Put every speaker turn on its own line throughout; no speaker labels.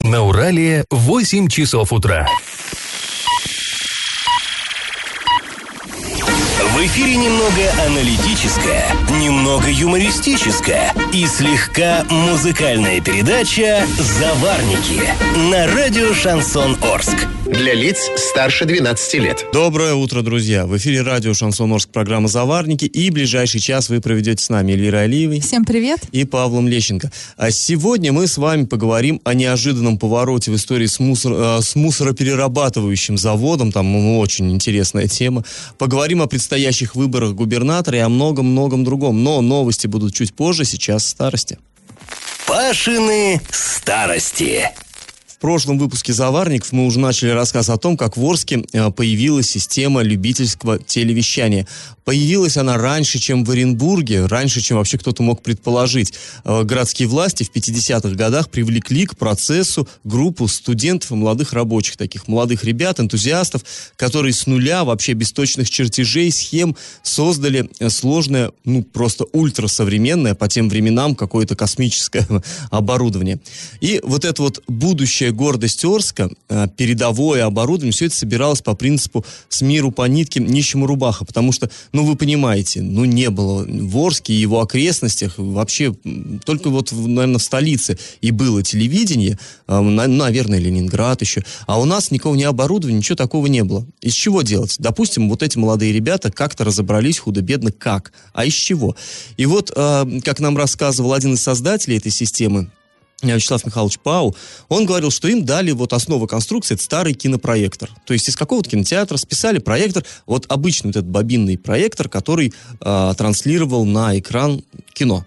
На Урале 8 часов утра. В эфире немного аналитическая, немного юмористическая и слегка музыкальная передача «Заварники» на радио «Шансон Орск».
Для лиц старше 12 лет.
Доброе утро, друзья. В эфире радио «Шансон Орск», программа «Заварники». И ближайший час вы проведете с нами Эльвирой Алиевой.
Всем привет.
И Павлом Лещенко. А сегодня мы с вами поговорим о неожиданном повороте в истории с мусороперерабатывающим заводом. Там очень интересная тема. Поговорим о предстоящих выборах губернатора и о многом-многом другом. Но новости будут чуть позже, сейчас старости.
Пашины старости.
В прошлом выпуске «Заварников» мы уже начали рассказ о том, как в Орске появилась система любительского телевещания. Появилась она раньше, чем в Оренбурге, раньше, чем вообще кто-то мог предположить. Городские власти в 50-х годах привлекли к процессу группу студентов и молодых рабочих, таких молодых ребят, энтузиастов, которые с нуля, вообще без точных чертежей, схем, создали сложное, просто ультрасовременное, по тем временам, какое-то космическое оборудование. И вот это вот будущее гордость Орска, передовое оборудование, все это собиралось по принципу «с миру по нитке, нищему рубаха», потому что, вы понимаете, не было в Орске и его окрестностях, вообще только вот, наверное, в столице и было телевидение, наверное, Ленинград еще, а у нас никакого ни оборудования, ничего такого не было. Из чего делать? Допустим, вот эти молодые ребята как-то разобрались худо-бедно как, а из чего? И вот, как нам рассказывал один из создателей этой системы, Вячеслав Михайлович Пау, он говорил, что им дали основу конструкции, это старый кинопроектор. То есть из какого-то кинотеатра списали проектор, обычный вот этот бобинный проектор, который транслировал на экран кино.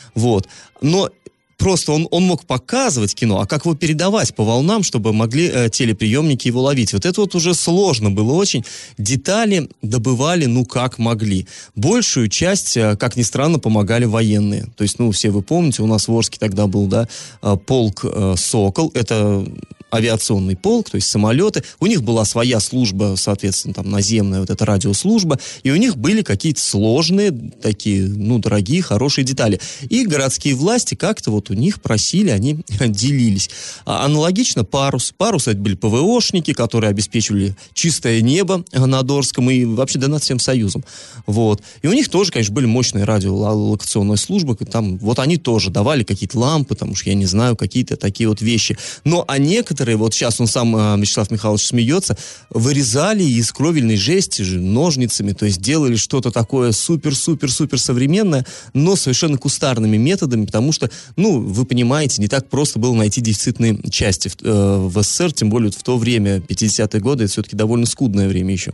Но просто он мог показывать кино, а как его передавать по волнам, чтобы могли телеприемники его ловить. Вот это уже сложно было очень. Детали добывали, как могли. Большую часть, как ни странно, помогали военные. То есть, все вы помните, у нас в Орске тогда был, полк «Сокол». Это авиационный полк, то есть самолеты. У них была своя служба, соответственно, там наземная вот эта радиослужба, и у них были какие-то сложные, такие, дорогие, хорошие детали. И городские власти как-то у них просили, они делились. Аналогично парус. Парус это были ПВОшники, которые обеспечивали чистое небо над Орском и вообще над всем Союзом. И у них тоже, конечно, были мощные радиолокационные службы. Там, они тоже давали какие-то лампы, там уж я не знаю, какие-то такие вещи. Но некоторые, сейчас он сам, Вячеслав Михайлович, смеется, вырезали из кровельной жести ножницами, то есть делали что-то такое супер-супер-супер современное, но совершенно кустарными методами, потому что, вы понимаете, не так просто было найти дефицитные части в СССР, тем более в то время, 50-е годы, это все-таки довольно скудное время еще.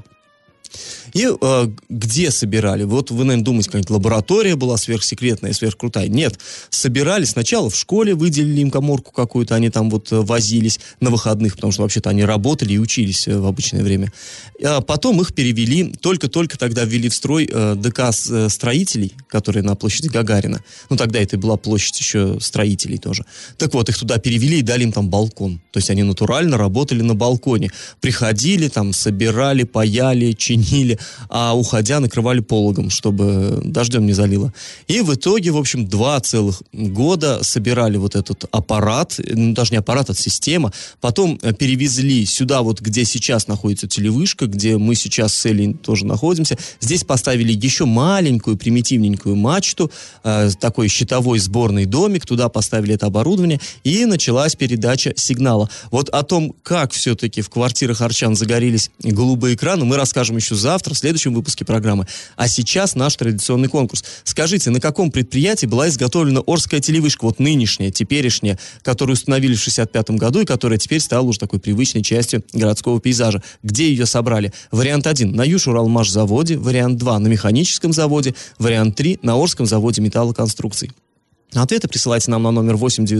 И где собирали? Вы, наверное, думаете, какая-нибудь лаборатория была сверхсекретная, сверхкрутая. Нет, собирали сначала в школе, выделили им каморку какую-то, они там возились на выходных, потому что вообще-то они работали и учились в обычное время. А потом их перевели, только-только тогда ввели в строй ДК строителей, которые на площади Гагарина. Тогда это была площадь еще строителей тоже. Так вот, их туда перевели и дали им там балкон. То есть они натурально работали на балконе. Приходили, там, собирали, паяли, чинили, а уходя накрывали пологом, чтобы дождем не залило. И в итоге, в общем, 2 целых года собирали этот аппарат, даже не аппарат, а система. Потом перевезли сюда, где сейчас находится телевышка, где мы сейчас с Элей тоже находимся. Здесь поставили еще маленькую, примитивненькую мачту, такой щитовой сборный домик, туда поставили это оборудование, и началась передача сигнала. О том, как все-таки в квартирах арчан загорелись голубые экраны, мы расскажем еще завтра, в следующем выпуске программы. А сейчас наш традиционный конкурс. Скажите, на каком предприятии была изготовлена Орская телевышка, нынешняя, теперешняя, которую установили в 65-м году и которая теперь стала уже такой привычной частью городского пейзажа? Где ее собрали? Вариант 1 на Южуралмашзаводе, вариант 2 на Механическом заводе, вариант 3 на Орском заводе металлоконструкций. Ответы присылайте нам на номер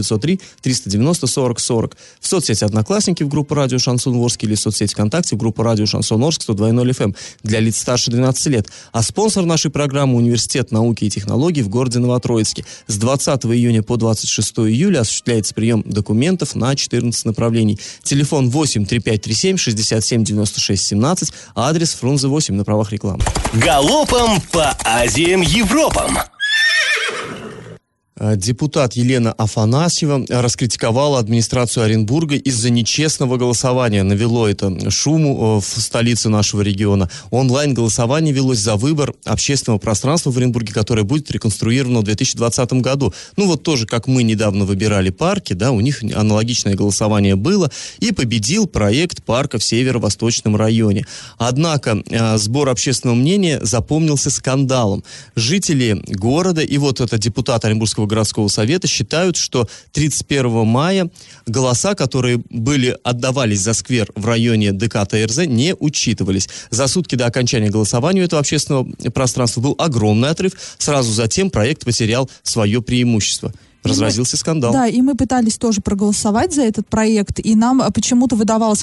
8-903-390-40-40 в соцсети «Одноклассники» в группу «Радио Шансон Орск» или в соцсети ВКонтакте в группу «Радио Шансон Орск» 102.0 FM для лиц старше 12 лет. А спонсор нашей программы — Университет науки и технологий в городе Новотроицке. С 20 июня по 26 июля осуществляется прием документов на 14 направлений. Телефон 8-3537-67-96-17, адрес Фрунзе 8 на правах рекламы.
Галопом по Азиям Европам!
Депутат Елена Афанасьева раскритиковала администрацию Оренбурга из-за нечестного голосования. Навело это шуму в столице нашего региона. Онлайн-голосование велось за выбор общественного пространства в Оренбурге, которое будет реконструировано в 2020 году. Ну вот тоже, как мы недавно выбирали парки, да, у них аналогичное голосование было, и победил проект парка в Северо-Восточном районе. Однако сбор общественного мнения запомнился скандалом. Жители города и вот этот депутат Оренбургского городского совета считают, что 31 мая голоса, которые отдавались за сквер в районе ДК ТРЗ, не учитывались. За сутки до окончания голосования у этого общественного пространства был огромный отрыв. Сразу затем проект потерял свое преимущество. Разразился скандал.
Да, и мы пытались тоже проголосовать за этот проект, и нам почему-то выдавалось,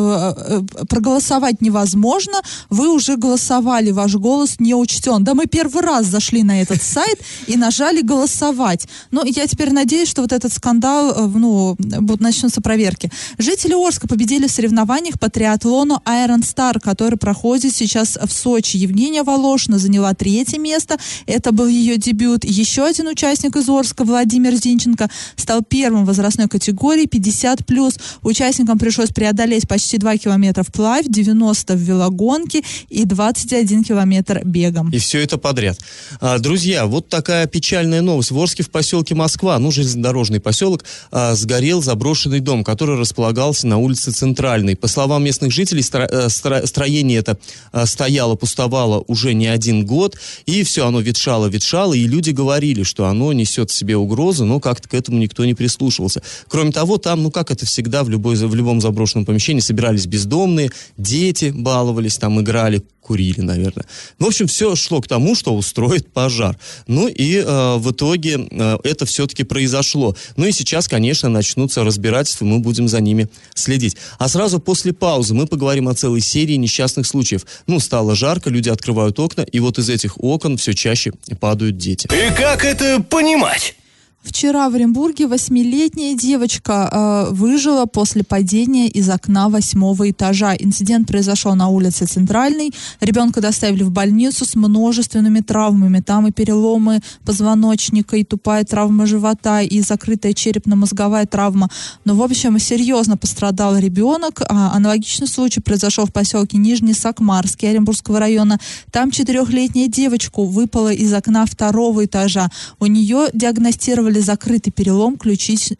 проголосовать невозможно, вы уже голосовали, ваш голос не учтен. Да мы первый раз зашли на этот сайт и нажали голосовать. Но я теперь надеюсь, что вот этот скандал, начнутся проверки. Жители Орска победили в соревнованиях по триатлону Iron Star, который проходит сейчас в Сочи. Евгения Волошина заняла 3-е место, это был ее дебют. Еще один участник из Орска, Владимир Зинченко, стал первым в возрастной категории 50+. Участникам пришлось преодолеть почти 2 километра вплавь, 90 в велогонке и 21 километр бегом.
И все это подряд. Друзья, вот такая печальная новость. В Орске, в поселке Москва, железнодорожный поселок, сгорел заброшенный дом, который располагался на улице Центральной. По словам местных жителей, строение это стояло, пустовало уже не 1 год, и все оно ветшало, и люди говорили, что оно несет в себе угрозу, но как-то к этому никто не прислушивался. Кроме того, там, как это всегда в любом заброшенном помещении, собирались бездомные, дети баловались, там играли, курили, наверное. В общем, все шло к тому, что устроит пожар. В итоге это все-таки произошло. И сейчас, конечно, начнутся разбирательства, мы будем за ними следить. А сразу после паузы мы поговорим о целой серии несчастных случаев. Стало жарко, люди открывают окна, и вот из этих окон все чаще падают дети.
И как это понимать?
Вчера в Оренбурге 8-летняя девочка выжила после падения из окна 8-го этажа. Инцидент произошел на улице Центральной. Ребенка доставили в больницу с множественными травмами. Там и переломы позвоночника, и тупая травма живота, и закрытая черепно-мозговая травма. В общем, серьезно пострадал ребенок. Аналогичный случай произошел в поселке Нижний Сакмарский Оренбургского района. Там 4-летняя девочка выпала из окна 2-го этажа. У нее диагностировали закрытый перелом ключицы,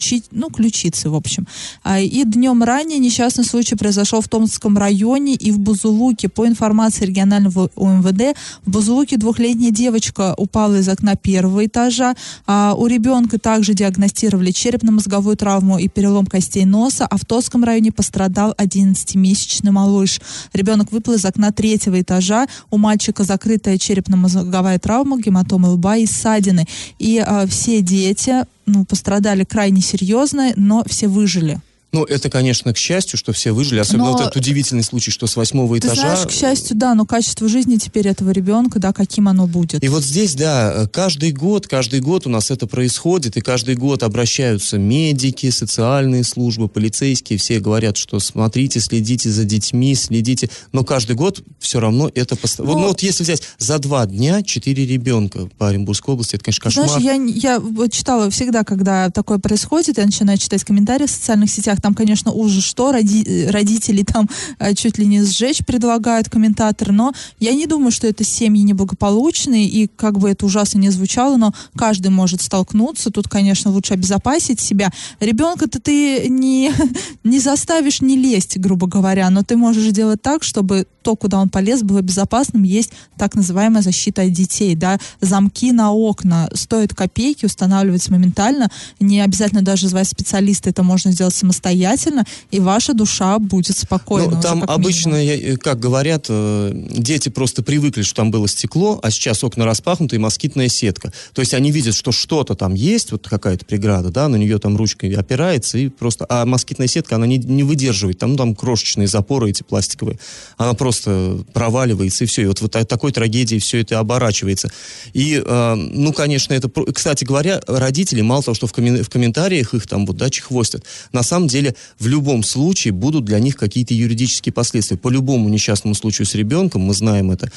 в общем. И днем ранее несчастный случай произошел в Томском районе и в Бузулуке. По информации регионального УМВД, в Бузулуке 2-летняя девочка упала из окна 1-го этажа. У ребенка также диагностировали черепно-мозговую травму и перелом костей носа, а в Томском районе пострадал 11-месячный малыш. Ребенок выпал из окна 3-го этажа. У мальчика закрытая черепно-мозговая травма, гематома лба и ссадины. И все дети пострадали крайне серьезно, но все выжили.
Это, конечно, к счастью, что все выжили. Особенно вот этот удивительный случай, что с 8-го этажа...
Ты знаешь, к счастью, да, но качество жизни теперь этого ребенка, да, каким оно будет.
И вот здесь, да, каждый год у нас это происходит, и каждый год обращаются медики, социальные службы, полицейские, все говорят, что смотрите, следите за детьми, следите, но каждый год все равно это... если взять за 2 дня 4 ребенка по Оренбургской области, это, конечно, кошмар.
Знаешь, я читала всегда, когда такое происходит, я начинаю читать комментарии в социальных сетях, там, конечно, ужас, что родители там чуть ли не сжечь предлагают комментаторы, но я не думаю, что это семьи неблагополучные, и как бы это ужасно не звучало, но каждый может столкнуться, тут, конечно, лучше обезопасить себя. Ребенка-то ты не заставишь не лезть, грубо говоря, но ты можешь сделать так, чтобы то, куда он полез, было безопасным. Есть так называемая защита от детей, да, замки на окна стоят копейки, устанавливаются моментально, не обязательно даже звать специалиста, это можно сделать самостоятельно, и ваша душа будет спокойна.
Там обычно, как говорят, дети просто привыкли, что там было стекло, а сейчас окна распахнуты и москитная сетка. То есть они видят, что что-то там есть, вот какая-то преграда, да, на нее там ручкой опирается, и просто... А москитная сетка, она не выдерживает, там крошечные запоры эти пластиковые. Она просто проваливается, и все. И вот такой трагедией все это оборачивается. И, конечно, это... Кстати говоря, родители, мало того, что в комментариях их там чехвостят, на самом деле деле в любом случае будут для них какие-то юридические последствия. По любому несчастному случаю с ребенком, мы знаем это,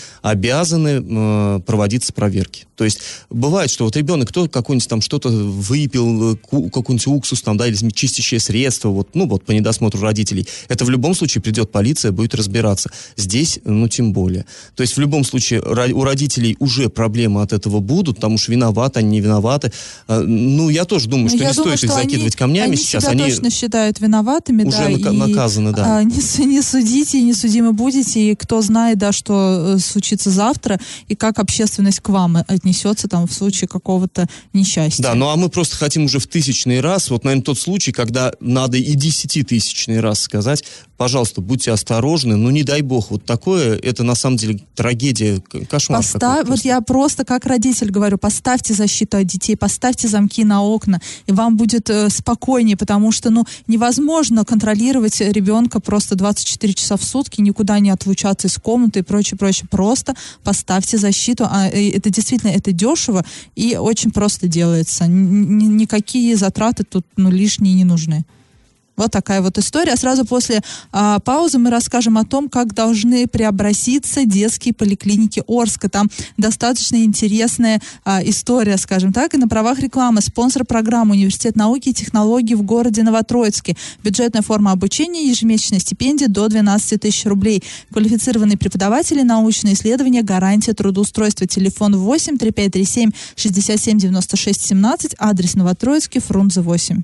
обязаны проводиться проверки. То есть бывает, что вот ребенок, кто какой-нибудь там что-то выпил, какой-нибудь уксус там, да, или чистящее средство, вот, ну вот по недосмотру родителей, это в любом случае придет полиция, будет разбираться. Здесь, ну тем более. То есть в любом случае у родителей уже проблемы от этого будут, потому что виноваты, они не виноваты. Ну, я тоже думаю, что не стоит их закидывать камнями сейчас.
Они себя точно считают виноватыми,
уже
да,
наказаны, да.
Не судите, не судимы будете, и кто знает, да, что случится завтра, и как общественность к вам отнесется там в случае какого-то несчастья.
Да, ну а мы просто хотим уже в 1000-й раз, вот, наверное, тот случай, когда надо и 10-тысячный раз сказать, пожалуйста, будьте осторожны, ну не дай бог, вот такое, это на самом деле трагедия, кошмар.
Вот я просто как родитель говорю, поставьте защиту от детей, поставьте замки на окна, и вам будет спокойнее, потому что, ну, невозможно контролировать ребенка просто 24 часа в сутки, никуда не отлучаться из комнаты и прочее. Просто поставьте защиту, это действительно, это дешево и очень просто делается, никакие затраты тут, ну, лишние не нужны. Вот такая вот история. Сразу после паузы мы расскажем о том, как должны преобразиться детские поликлиники Орска. Там достаточно интересная история, скажем так. И на правах рекламы спонсор программы Университет науки и технологий в городе Новотроицке. Бюджетная форма обучения, ежемесячная стипендия до 12 тысяч рублей. Квалифицированные преподаватели, научные исследования, гарантия трудоустройства. Телефон 8 3537 67 96 17. Адрес Новотроицкий, Фрунзе 8.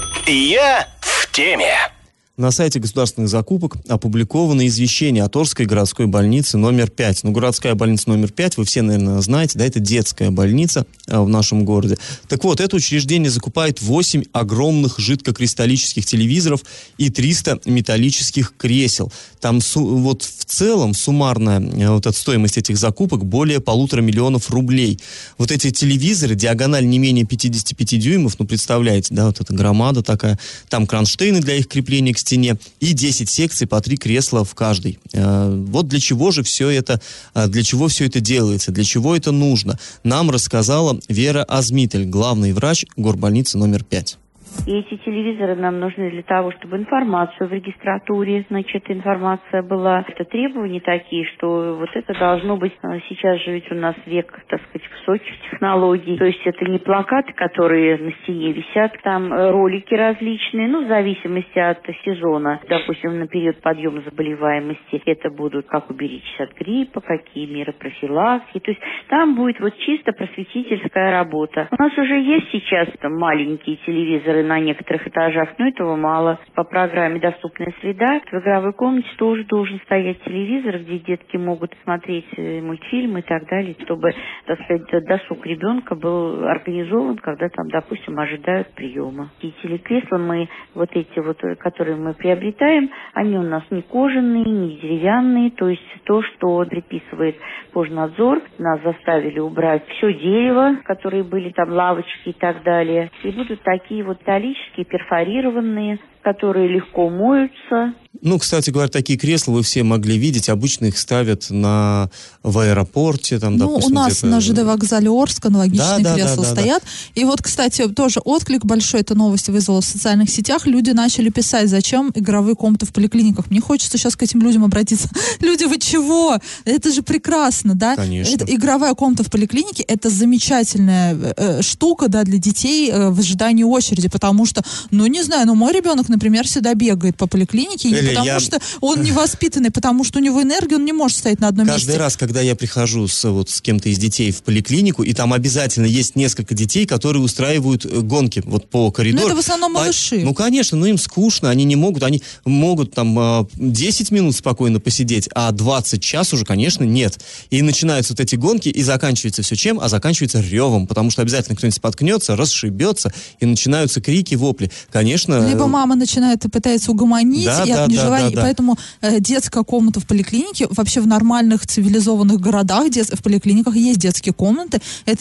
Я в теме.
На сайте государственных закупок опубликовано извещение от Орской городской больницы номер 5. Ну, городская больница номер 5, вы все, наверное, знаете, да, это детская больница в нашем городе. Так вот, это учреждение закупает 8 огромных жидкокристаллических телевизоров и 300 металлических кресел. Там вот в целом суммарная вот эта стоимость этих закупок более 1,5 миллиона рублей. Вот эти телевизоры, диагональ не менее 55 дюймов, ну, представляете, да, вот эта громада такая. Там кронштейны для их крепления к стене и 10 секций по 3 кресла в каждой. Вот для чего же все это, для чего все это делается, для чего это нужно, нам рассказала Вера Азмитель, главный врач горбольницы номер 5.
И эти телевизоры нам нужны для того, чтобы информацию в регистратуре, значит, информация была. Это требования такие, что вот это должно быть, сейчас же ведь у нас век, так сказать, высоких технологий. То есть это не плакаты, которые на стене висят, там ролики различные, ну, в зависимости от сезона. Допустим, на период подъема заболеваемости это будут, как уберечься от гриппа, какие меры профилактики. То есть там будет вот чисто просветительская работа. У нас уже есть сейчас там маленькие телевизоры на некоторых этажах, но этого мало. По программе «Доступная среда» в игровой комнате тоже должен стоять телевизор, где детки могут смотреть мультфильмы и так далее, чтобы, так сказать, досуг ребенка был организован, когда там, допустим, ожидают приема. И телекресла мы, вот эти вот, которые мы приобретаем, они у нас не кожаные, не деревянные, то есть то, что предписывает Пожнадзор. Нас заставили убрать все дерево, которые были там лавочки и так далее. И будут такие вот металлические, перфорированные, которые легко моются.
Ну, кстати говоря, такие кресла вы все могли видеть. Обычно их ставят в аэропорте. Там,
ну,
допустим,
у нас
где-то...
на ЖД вокзале Орск аналогичные кресла стоят. Да. И вот, кстати, тоже отклик большой, эта новость вызвала в социальных сетях. Люди начали писать, зачем игровые комнаты в поликлиниках. Мне хочется сейчас к этим людям обратиться. Люди, вы чего? Это же прекрасно, да?
Конечно.
Игровая комната в поликлинике — это замечательная штука, да, для детей в ожидании очереди, потому что, ну, не знаю, но мой ребенок, например, всегда бегает по поликлинике, не потому что он невоспитанный, потому что у него энергия, он не может стоять на одном месте.
Каждый раз, когда я прихожу с кем-то из детей в поликлинику, и там обязательно есть несколько детей, которые устраивают гонки вот по коридору.
Ну, это в основном малыши.
Ну, конечно, но им скучно, они не могут, они могут там 10 минут спокойно посидеть, а 20 час уже, конечно, нет. И начинаются вот эти гонки, и заканчивается все чем? А заканчивается ревом, потому что обязательно кто-нибудь споткнется, расшибется, и начинаются крики, вопли. Конечно...
Либо мама начинает и пытается угомонить, и от нежелания. И поэтому детская комната в поликлинике, вообще в нормальных цивилизованных городах в поликлиниках есть детские комнаты.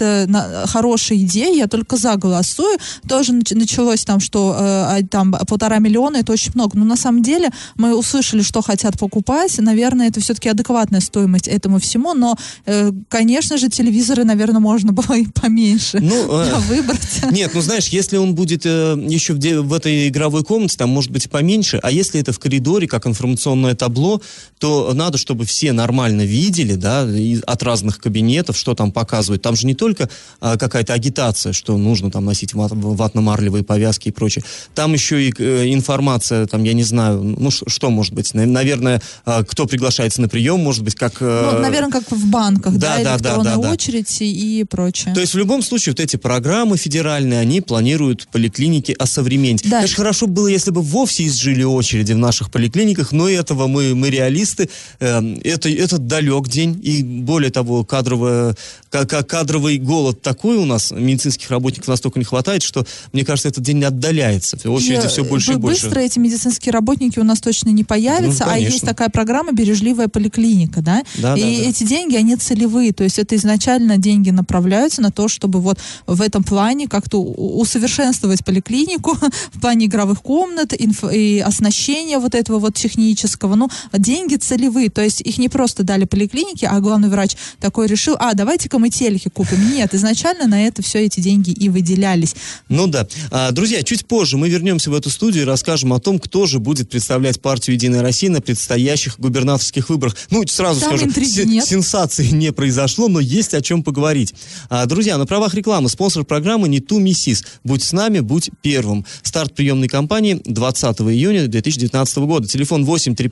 Это хорошая идея, я только за голосую. Тоже началось там, что там 1,5 миллиона, это очень много. Но на самом деле мы услышали, что хотят покупать. Наверное, это все-таки адекватная стоимость этому всему, но, конечно же, телевизоры, наверное, можно было и поменьше выбрать.
Нет, ну знаешь, если он будет еще в этой игровой комнате, кабинете, там может быть поменьше, а если это в коридоре, как информационное табло, то надо, чтобы все нормально видели, да, от разных кабинетов, что там показывают. Там же не только какая-то агитация, что нужно там носить ватно-марлевые повязки и прочее. Там еще и информация, там, я не знаю, ну, что может быть? Наверное, кто приглашается на прием, может быть, как...
Ну, наверное, как в банках, да, электронная очередь и прочее.
То есть в любом случае вот эти программы федеральные, они планируют поликлиники осовременить. Да. Конечно, хорошо было, если бы вовсе изжили очереди в наших поликлиниках, но этого мы реалисты. Это далек день, и более того, кадровый голод такой у нас, медицинских работников настолько не хватает, что, мне кажется, этот день отдаляется. Очереди все больше и больше.
Быстро эти медицинские работники у нас точно не появятся, а есть такая программа «Бережливая поликлиника», да? Эти деньги, они целевые, то есть это изначально деньги направляются на то, чтобы вот в этом плане как-то усовершенствовать поликлинику в плане игровых комнат и оснащения вот этого вот технического. Ну, деньги целевые, то есть их не просто дали поликлинике, а главный врач такой решил, давайте-ка мы телеки купим. Нет, изначально на это все эти деньги и выделялись.
Ну да. Друзья, чуть позже мы вернемся в эту студию и расскажем о том, кто же будет представлять партию «Единая Россия» на предстоящих губернаторских выборах. Ну, сразу скажу, сенсации не произошло, но есть о чем поговорить. Друзья, на правах рекламы спонсор программы «Не ту миссис». Будь с нами, будь первым. Старт приемной кампании 20 июня 2019 года. Телефон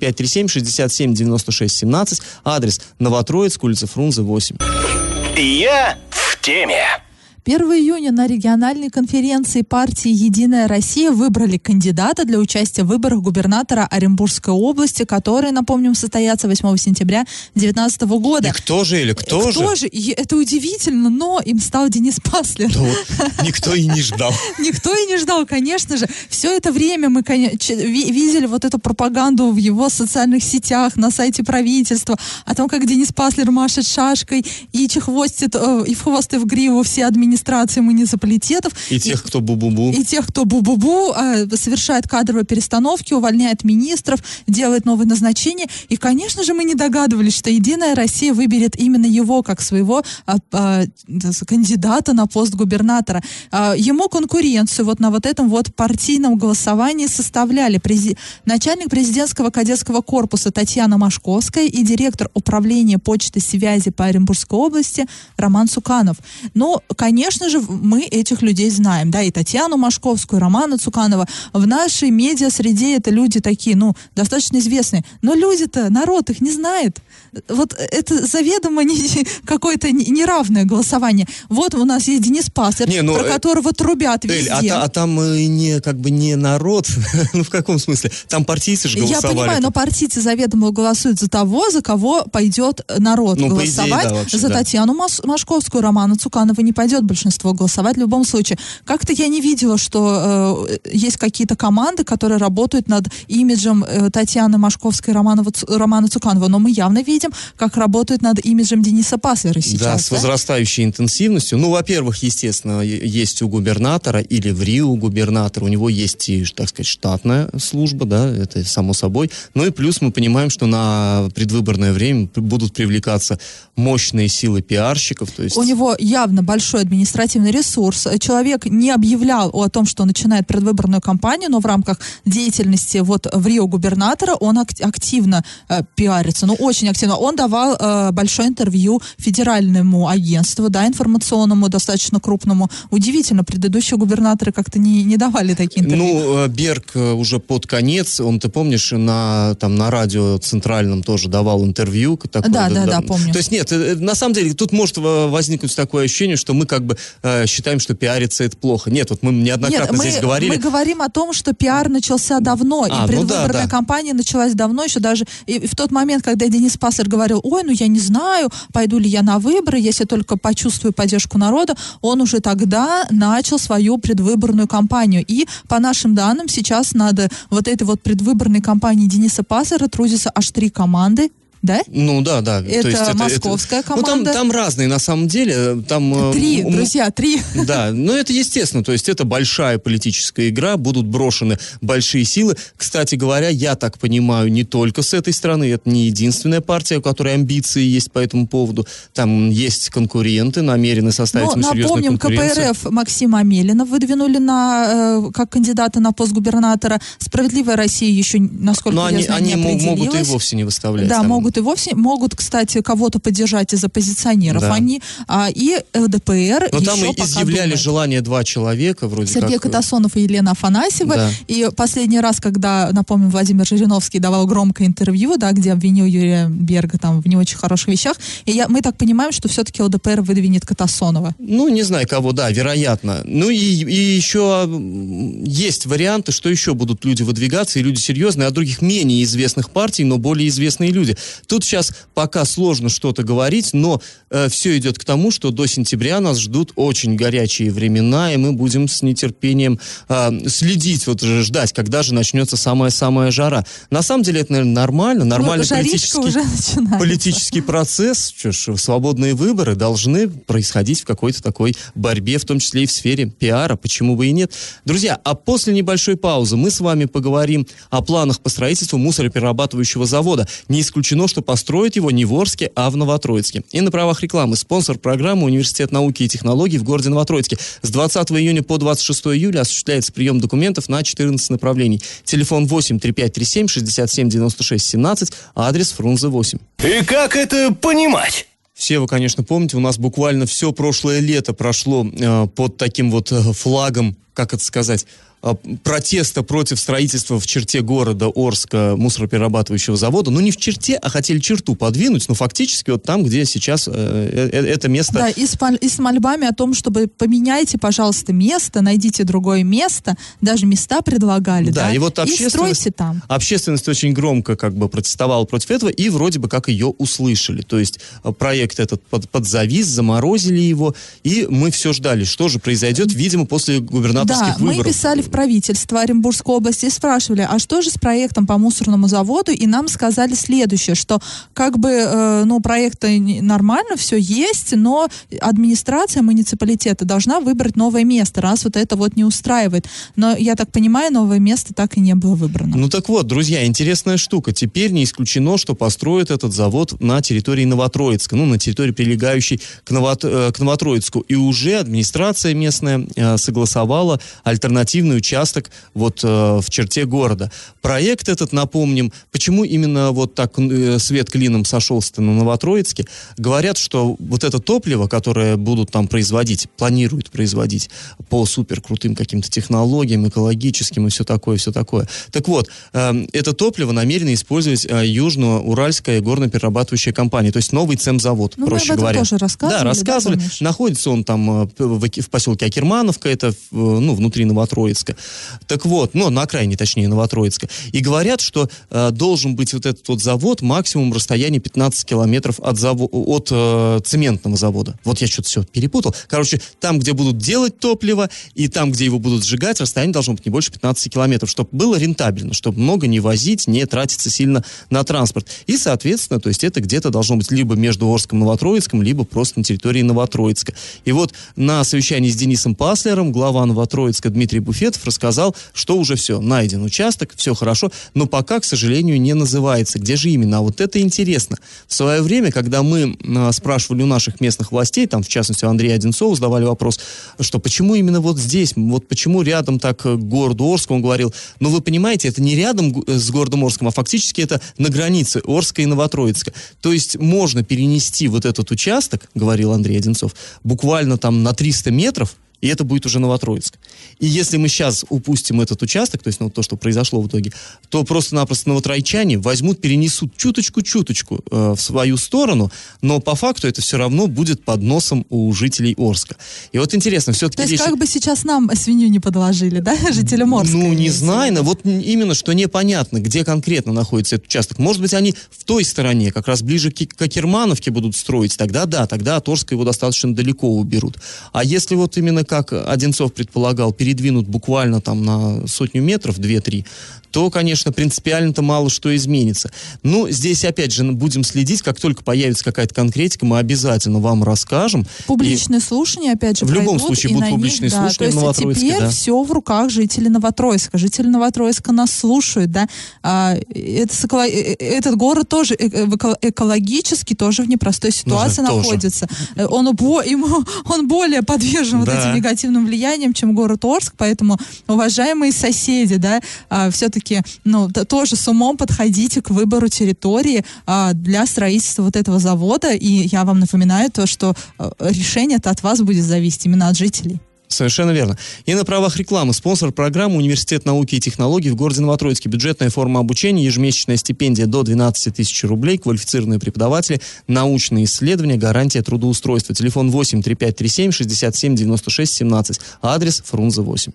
83537-67-96-17. Адрес Новотроицк, улица Фрунзе, 8.
Я в теме.
1 июня на региональной конференции партии «Единая Россия» выбрали кандидата для участия в выборах губернатора Оренбургской области, которые, напомним, состоятся 8 сентября 2019 года.
И кто же?
И это удивительно, но им стал Денис Паслер.
Никто и не ждал.
Никто и не ждал, конечно же. Все это время мы видели вот эту пропаганду в его социальных сетях, на сайте правительства, о том, как Денис Паслер машет шашкой и чехвостит и в хвост, и в гриву все администрации муниципалитетов.
И тех, кто бу-бу-бу.
И тех, кто бу-бу-бу, совершает кадровые перестановки, увольняет министров, делает новые назначения. И, конечно же, мы не догадывались, что «Единая Россия» выберет именно его как своего кандидата на пост губернатора. Ему конкуренцию вот на вот этом вот партийном голосовании составляли начальник президентского кадетского корпуса Татьяна Машковская и директор управления почты связи по Оренбургской области Роман Цуканов. Но, конечно же, мы этих людей знаем, да, и Татьяну Машковскую, и Романа Цуканова. В нашей медиа-среде это люди такие, достаточно известные. Но люди-то, народ их не знает. Вот это заведомо какое-то неравное голосование. Вот у нас есть Денис Паслер, про которого трубят везде.
А там не народ, в каком смысле? Там партийцы же голосовали.
Я понимаю, но партийцы заведомо голосуют за того, за кого пойдет народ голосовать.
Идее, да, вообще,
за Татьяну Машковскую, Романа Цуканова не пойдет большинство голосовать в любом случае. Как-то я не видела, что есть какие-то команды, которые работают над имиджем Татьяны Машковской и Романа Цуканова, но мы явно видим, как работают над имиджем Дениса Паслера сейчас.
Да, с возрастающей интенсивностью. Во-первых, естественно, есть у губернатора или в Рио губернатора, у него есть и, так сказать, штатная служба, да, это само собой. Ну и плюс мы понимаем, что на предвыборное время будут привлекаться мощные силы пиарщиков. То есть...
У него явно большой административный ресурс. Человек не объявлял о том, что начинает предвыборную кампанию, но в рамках деятельности в Рио губернатора он активно пиарится, очень активно. Он давал большое интервью федеральному агентству, да, информационному, достаточно крупному. Удивительно, предыдущие губернаторы как-то не давали такие интервью.
Берг уже под конец, ты помнишь, на радио центральном тоже давал интервью. Такое,
да, помню.
То есть нет, на самом деле тут может возникнуть такое ощущение, что мы считаем, что пиариться это плохо. Нет, мы неоднократно здесь говорили.
Мы говорим о том, что пиар начался давно, и предвыборная кампания началась давно, еще даже и в тот момент, когда Денис Паслер говорил, я не знаю, пойду ли я на выборы, если только почувствую поддержку народа, он уже тогда начал свою предвыборную кампанию. И по нашим данным, сейчас над этой предвыборной кампанией Дениса Паслера трудятся аж 3 команды. да?
Ну да.
Это
то есть
московская команда.
Ну там разные на самом деле. Там,
3, друзья, 3.
Да, но это естественно, то есть это большая политическая игра, будут брошены большие силы. Кстати говоря, я так понимаю, не только с этой стороны, это не единственная партия, у которой амбиции есть по этому поводу. Там есть конкуренты, намерены составить серьезную конкуренцию.
КПРФ Максима Амелина выдвинули как кандидата на пост губернатора. «Справедливая Россия» еще, насколько я знаю, не определилась.
Они могут и вовсе не выставлять.
Да, могут и вовсе. Могут, кстати, кого-то поддержать из оппозиционеров.
Да.
Они, и ЛДПР.
Но там и изъявляли желание 2 человека, вроде
Сергей Катасонов и Елена Афанасьева.
Да.
И последний раз, когда, напомню, Владимир Жириновский давал громкое интервью, да, где обвинил Юрия Берга там в не очень хороших вещах, и мы так понимаем, что все-таки ЛДПР выдвинет Катасонова.
Ну, не знаю кого, да, вероятно. Ну и еще есть варианты, что еще будут люди выдвигаться, и люди серьезные, от других менее известных партий, но более известные люди. Тут сейчас пока сложно что-то говорить, но все идет к тому, что до сентября нас ждут очень горячие времена, и мы будем с нетерпением следить, ждать, когда же начнется самая-самая жара. На самом деле это, наверное, нормальный политический процесс. Свободные выборы должны происходить в какой-то такой борьбе, в том числе и в сфере пиара, почему бы и нет. Друзья, а после небольшой паузы мы с вами поговорим о планах по строительству мусороперерабатывающего завода. Не исключено, что построят его не в Орске, а в Новотроицке. И на правах рекламы спонсор программы Университет науки и технологий в городе Новотроицке. С 20 июня по 26 июля осуществляется прием документов на 14 направлений. Телефон 83537 67 96 17, адрес Фрунзе 8.
И как это понимать?
Все вы, конечно, помните, у нас буквально все прошлое лето прошло под таким флагом, как это сказать, протеста против строительства в черте города Орска мусороперерабатывающего завода. Ну, не в черте, а хотели черту подвинуть, но фактически там, где сейчас это место...
Да, и с мольбами о том, чтобы поменяйте, пожалуйста, место, найдите другое место, даже места предлагали, да?
И вот
и стройте там.
Общественность очень громко протестовала против этого, и вроде бы как ее услышали. То есть проект этот подзавис, заморозили его, и мы все ждали, что же произойдет, видимо, после губернаторских выборов.
Мы писали в правительство Оренбургской области и спрашивали, а что же с проектом по мусорному заводу, и нам сказали следующее, что проект нормально, все есть, но администрация муниципалитета должна выбрать новое место, раз это не устраивает. Но, я так понимаю, новое место так и не было выбрано.
Ну так вот, друзья, интересная штука. Теперь не исключено, что построят этот завод на территории Новотроицка, на территории, прилегающей к Новотроицку. И уже администрация местная согласовала альтернативный участок в черте города. Проект этот, напомним, почему именно так свет клином сошелся на Новотроицке. Говорят, что это топливо, которое будут там планируют производить по суперкрутым каким-то технологиям, экологическим и все такое. Так вот, это топливо намерены использовать Южно-Уральская горно-перерабатывающая компания, то есть новый цемзавод, проще говоря.
Тоже рассказывали.
Да, рассказывали.
Да,
находится он там в поселке Акермановка, это внутри Новотроицка. Так вот, на окраине, точнее, Новотроицка. И говорят, что должен быть этот завод максимум расстояние 15 километров от цементного завода. Я что-то все перепутал. Короче, там, где будут делать топливо, и там, где его будут сжигать, расстояние должно быть не больше 15 километров, чтобы было рентабельно, чтобы много не возить, не тратиться сильно на транспорт. И, соответственно, то есть это где-то должно быть либо между Орском и Новотроицком, либо просто на территории Новотроицка. И на совещании с Денисом Паслером глава Новотроицка Дмитрий Буфетов рассказал, что уже все, найден участок, все хорошо, но пока, к сожалению, не называется. Где же именно? А это интересно. В свое время, когда мы спрашивали у наших местных властей, там, в частности, у Андрея Одинцова задавали вопрос, что почему именно здесь, почему рядом так к городу Орску, он говорил, вы понимаете, это не рядом с городом Орском, а фактически это на границе Орска и Новотроицка. То есть можно перенести этот участок, говорил Андрей Одинцов, буквально там на 300 метров, и это будет уже Новотроицк. И если мы сейчас упустим этот участок, то есть то, что произошло в итоге, то просто-напросто новотройчане перенесут чуточку в свою сторону, но по факту это все равно будет под носом у жителей Орска. И интересно, все-таки...
То есть как бы сейчас нам свинью не подложили, да, жителям Орска?
Не знаю, именно что непонятно, где конкретно находится этот участок. Может быть, они в той стороне, как раз ближе к Акермановке будут строить, тогда от Орска его достаточно далеко уберут. А если именно как Одинцов предполагал, передвинут буквально там на 100 метров, 2-3, то, конечно, принципиально-то мало что изменится. Ну, здесь, опять же, будем следить, как только появится какая-то конкретика, мы обязательно вам расскажем.
Публичные слушания, опять же,
в любом
пройдут,
случае будут публичные слушания
то есть
в Новотроицке,
теперь все в руках жителей Новотроицка. Жители Новотроицка нас слушают, да. Этот город тоже экологически тоже в непростой ситуации находится. Он более подвержен вот этим негативным влияниям, чем город Орск, поэтому, уважаемые соседи, да, все-таки, тоже с умом подходите к выбору территории для строительства вот этого завода, и я вам напоминаю то, что решение-то от вас будет зависеть, именно от жителей.
Совершенно верно. И на правах рекламы. Спонсор программы Университет науки и технологий в городе Новотроицке. Бюджетная форма обучения, ежемесячная стипендия до 12 тысяч рублей, квалифицированные преподаватели, научные исследования, гарантия трудоустройства. Телефон 8 3537 67 96 17. Адрес Фрунзе 8.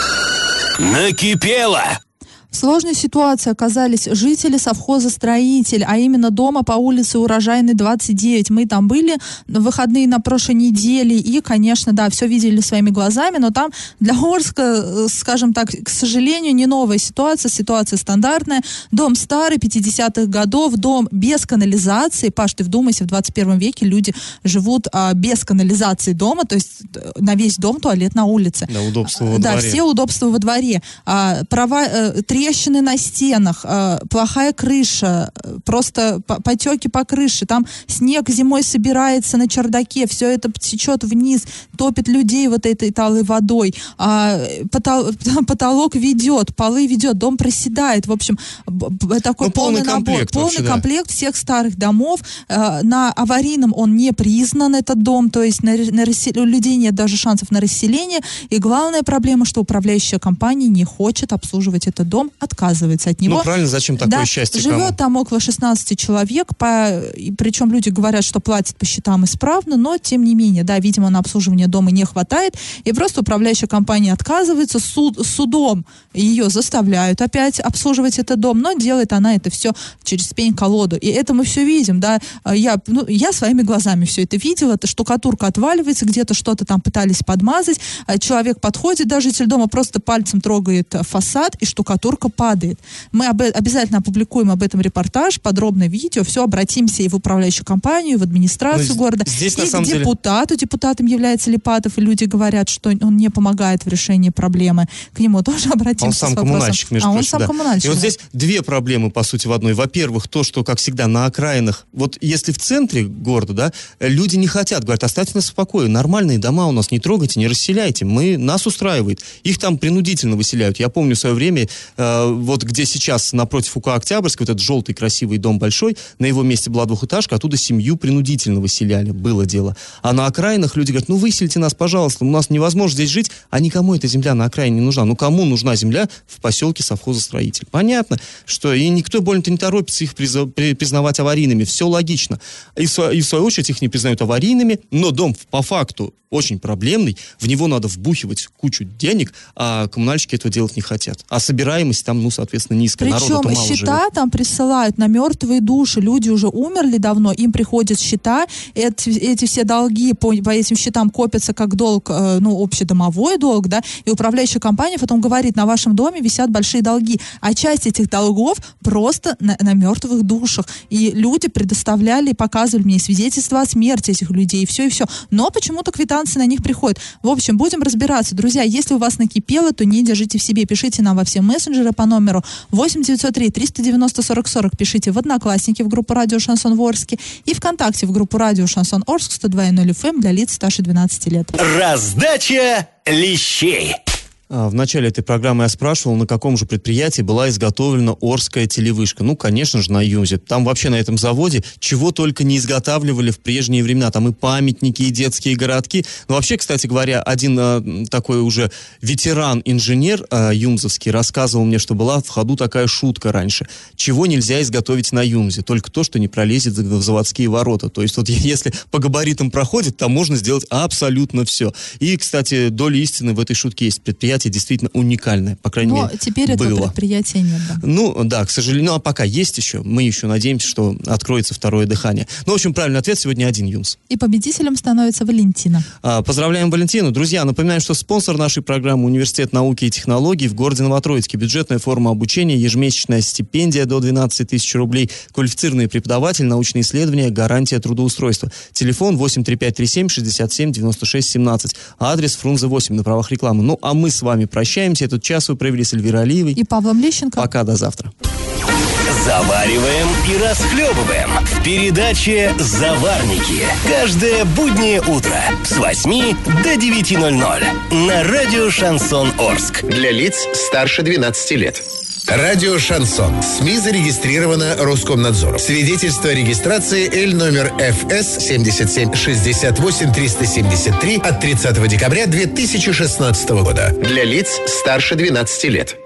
Накипело!
В сложной ситуации оказались жители совхоза «Строитель», а именно дома по улице Урожайной, 29. Мы там были в выходные на прошлой неделе и, конечно, да, все видели своими глазами, но там для Орска, скажем так, к сожалению, не новая ситуация стандартная. Дом старый, 50-х годов, дом без канализации. Паш, ты вдумайся, в 21 веке люди живут без канализации дома, то есть на весь дом туалет на улице.
Да, удобства во дворе.
Да, все удобства во дворе. Трещины на стенах, плохая крыша, просто потеки по крыше, там снег зимой собирается на чердаке, все это течет вниз, топит людей вот этой талой водой, потолок ведет, полы ведет, дом проседает, в общем, такой полный набор, полный комплект всех старых домов. На аварийном он не признан, этот дом, то есть у людей нет даже шансов на расселение, и главная проблема, что управляющая компания не хочет обслуживать этот дом, отказывается от него.
Ну, правильно, зачем такое счастье кому?
Живет там около 16 человек, причем люди говорят, что платят по счетам исправно, но, тем не менее, да, видимо, на обслуживание дома не хватает, и просто управляющая компания отказывается, судом ее заставляют опять обслуживать этот дом, но делает она это все через пень-колоду, и это мы все видим, да, я своими глазами все это видела, штукатурка отваливается, где-то что-то там пытались подмазать, человек подходит, да, житель дома просто пальцем трогает фасад, и штукатурка падает. Мы обязательно опубликуем об этом репортаж, подробное видео, все, обратимся и в управляющую компанию, и в администрацию города,
здесь,
и к депутату. Депутатом является Липатов, и люди говорят, что он не помогает в решении проблемы. К нему тоже обратимся
он сам
с вопросом.
Коммунальщик, между прочим,
он сам
да.
коммунальщик.
И вот здесь две проблемы, по сути, в одной. Во-первых, то, что, как всегда, на окраинах, вот если в центре города, да, люди не хотят, говорят, оставьте нас в покое, нормальные дома у нас, не трогайте, не расселяйте, нас устраивает. Их там принудительно выселяют. Я помню в свое время, вот где сейчас напротив УК Октябрьской, вот этот желтый красивый дом большой, на его месте была двухэтажка, оттуда семью принудительно выселяли, было дело. А на окраинах люди говорят, выселите нас, пожалуйста, у нас невозможно здесь жить, а никому эта земля на окраине не нужна. Кому нужна земля в поселке совхоза «Строитель»? Понятно, что и никто больно-то не торопится их признавать аварийными, все логично. И в свою очередь их не признают аварийными, но дом по факту очень проблемный, в него надо вбухивать кучу денег, а коммунальщики этого делать не хотят. А собираемость там, соответственно, низкая.
Причем счета там присылают на мертвые души. Люди уже умерли давно, им приходят счета, эти все долги по этим счетам копятся как долг, общедомовой долг, да, и управляющая компания потом говорит, на вашем доме висят большие долги, а часть этих долгов просто на мертвых душах. И люди предоставляли и показывали мне свидетельства о смерти этих людей, и все. Но почему-то квитанции на них приходят. В общем, будем разбираться. Друзья, если у вас накипело, то не держите в себе. Пишите нам во все мессенджеры по номеру 8-903-390-40-40. Пишите в Одноклассники в группу «Радио Шансон Орске» и ВКонтакте в группу «Радио Шансон Орск» 102.0 FM для лиц старше 12 лет.
Раздача лещей.
В начале этой программы я спрашивал, на каком же предприятии была изготовлена Орская телевышка. Конечно же, на ЮМЗе. Там вообще на этом заводе чего только не изготавливали в прежние времена. Там и памятники, и детские городки. Но вообще, кстати говоря, один такой уже ветеран-инженер юмзовский рассказывал мне, что была в ходу такая шутка раньше. Чего нельзя изготовить на ЮМЗе? Только то, что не пролезет в заводские ворота. То есть вот если по габаритам проходит, там можно сделать абсолютно все. И, кстати, доля истины в этой шутке есть. Предприятие предприятие действительно уникальное. По крайней мере,
теперь
было.
этого предприятия нет, да.
Ну, да, к сожалению. Ну, а пока есть еще. Мы еще надеемся, что откроется второе дыхание. Ну, в общем, правильный ответ сегодня один, Юнс.
И победителем становится Валентина.
Поздравляем Валентину. Друзья, напоминаем, что спонсор нашей программы — Университет науки и технологий в городе Новотроицке. Бюджетная форма обучения, ежемесячная стипендия до 12 тысяч рублей, квалифицированный преподаватель, научные исследования, гарантия трудоустройства. Телефон 83537 67 96 17. Адрес Фрунзе 8 на правах рекламы. Ну, а мы с вами прощаемся. Этот час вы провели с Эльвирой Алиевой
И Павлом Лещенко.
Пока, до завтра.
Завариваем и расхлебываем в передаче «Заварники». Каждое буднее утро с 8 до 9:00 на радио «Шансон Орск».
Для лиц старше 12 лет. Радио «Шансон». СМИ зарегистрировано Роскомнадзором. Свидетельство о регистрации Л номер ФС 77 68 373 от 30 декабря 2016 года. Для лиц старше 12 лет.